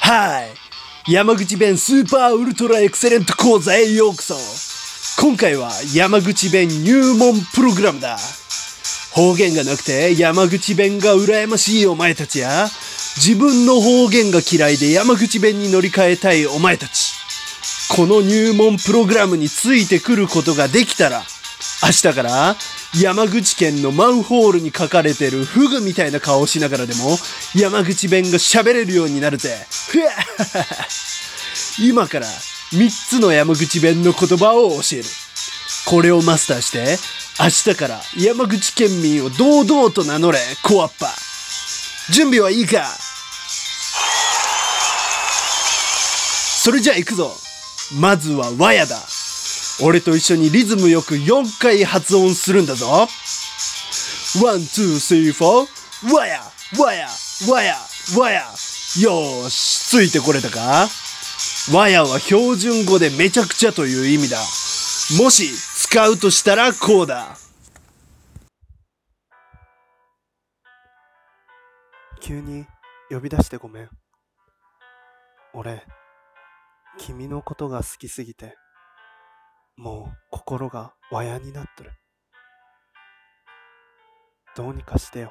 はい、山口弁スーパーウルトラエクセレント講座へようこそ。今回は山口弁入門プログラムだ。方言がなくて山口弁が羨ましいお前たちや、自分の方言が嫌いで山口弁に乗り換えたいお前たち、この入門プログラムについてくることができたら、明日から山口県のマンホールに書かれてるフグみたいな顔をしながらでも山口弁が喋れるようになるぜ。今から3つの山口弁の言葉を教える。これをマスターして明日から山口県民を堂々と名乗れ、コアッパ。準備はいいか？それじゃあ行くぞ。まずはわやだ。俺と一緒にリズムよく4回発音するんだぞ。ワン、ツー、スリー、フォー。わや、わや、わや、わや。よーし、ついてこれたか？わやは標準語でめちゃくちゃという意味だ。もし使うとしたらこうだ。 急に呼び出してごめん。俺、君のことが好きすぎて、もう心がわやになっとる。どうにかしてよ。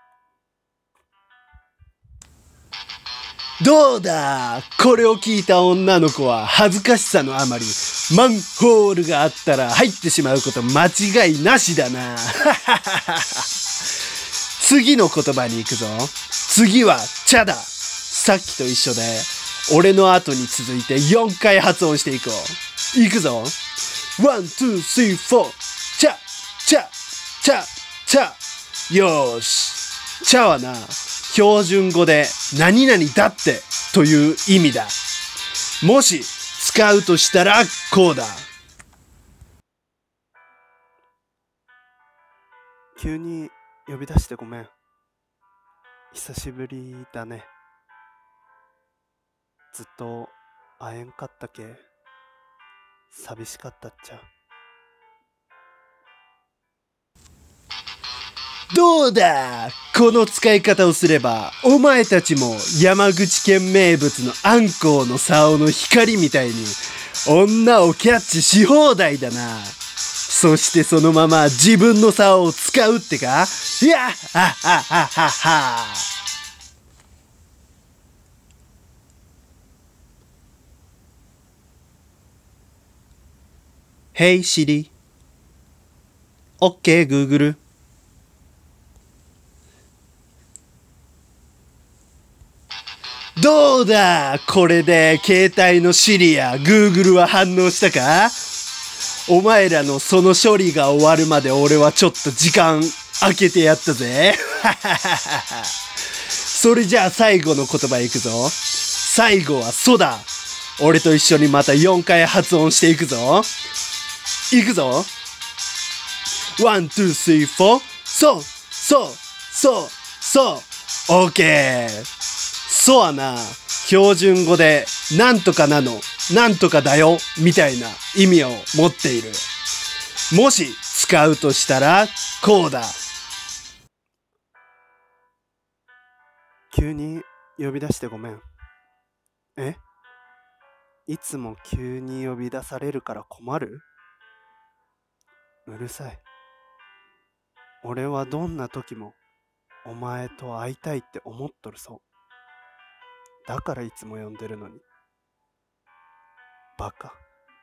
どうだ？これを聞いた女の子は恥ずかしさのあまり、マンホールがあったら入ってしまうこと間違いなしだな。次の言葉に行くぞ。次は茶だ。さっきと一緒で俺の後に続いて4回発音していこう。行くぞ。ワン、ツー、スリー、フォー。茶、茶、茶、茶。よーし。茶はな、標準語で何々だってという意味だ。もし使うとしたらこうだ。 急に呼び出してごめん。久しぶりだね。ずっと会えんかったけ、寂しかったっちゃ。 どうだ？この使い方をすればお前たちも山口県名物のあんこうの竿の光みたいに女をキャッチし放題だな。そしてそのまま自分の竿を使うってか？いやっはっはっはっはっは。Hey Siri。OK Google。どうだ？これで携帯の Siri や Google は反応したか？お前らのその処理が終わるまで俺はちょっと時間空けてやったぜ。それじゃあ最後の言葉いくぞ。最後はソだ。俺と一緒にまた4回発音していくぞ。いくぞ。ワン、ツー、スリー、フォー。そう、そう、そう、そう。オーケー。そうはな、標準語でなんとかなの、なんとかだよみたいな意味を持っている。もし使うとしたらこうだ。 急に呼び出してごめん。いつも急に呼び出されるから困る？うるさい。俺はどんな時もお前と会いたいって思っとるそう。だからいつも呼んでるのに。バカ。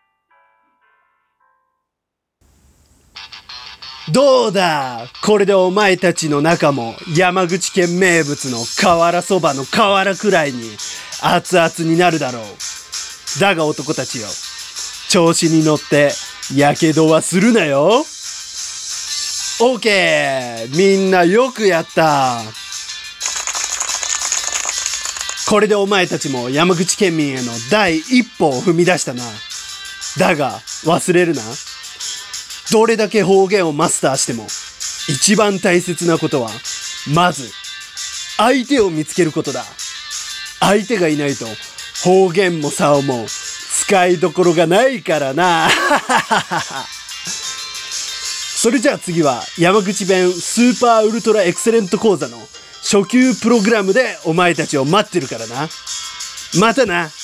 どうだ？これでお前たちの中も山口県名物の瓦そばの瓦くらいに熱々になるだろう。だが男たちよ、調子に乗ってやけどはするなよ。オーケー、みんなよくやった。これでお前たちも山口県民への第一歩を踏み出したな。だが忘れるな。どれだけ方言をマスターしても一番大切なことはまず相手を見つけることだ。相手がいないと方言も竿も使いどころがないからな。それじゃあ次は山口弁スーパーウルトラエクセレント講座の初級プログラムでお前たちを待ってるからな。 またな。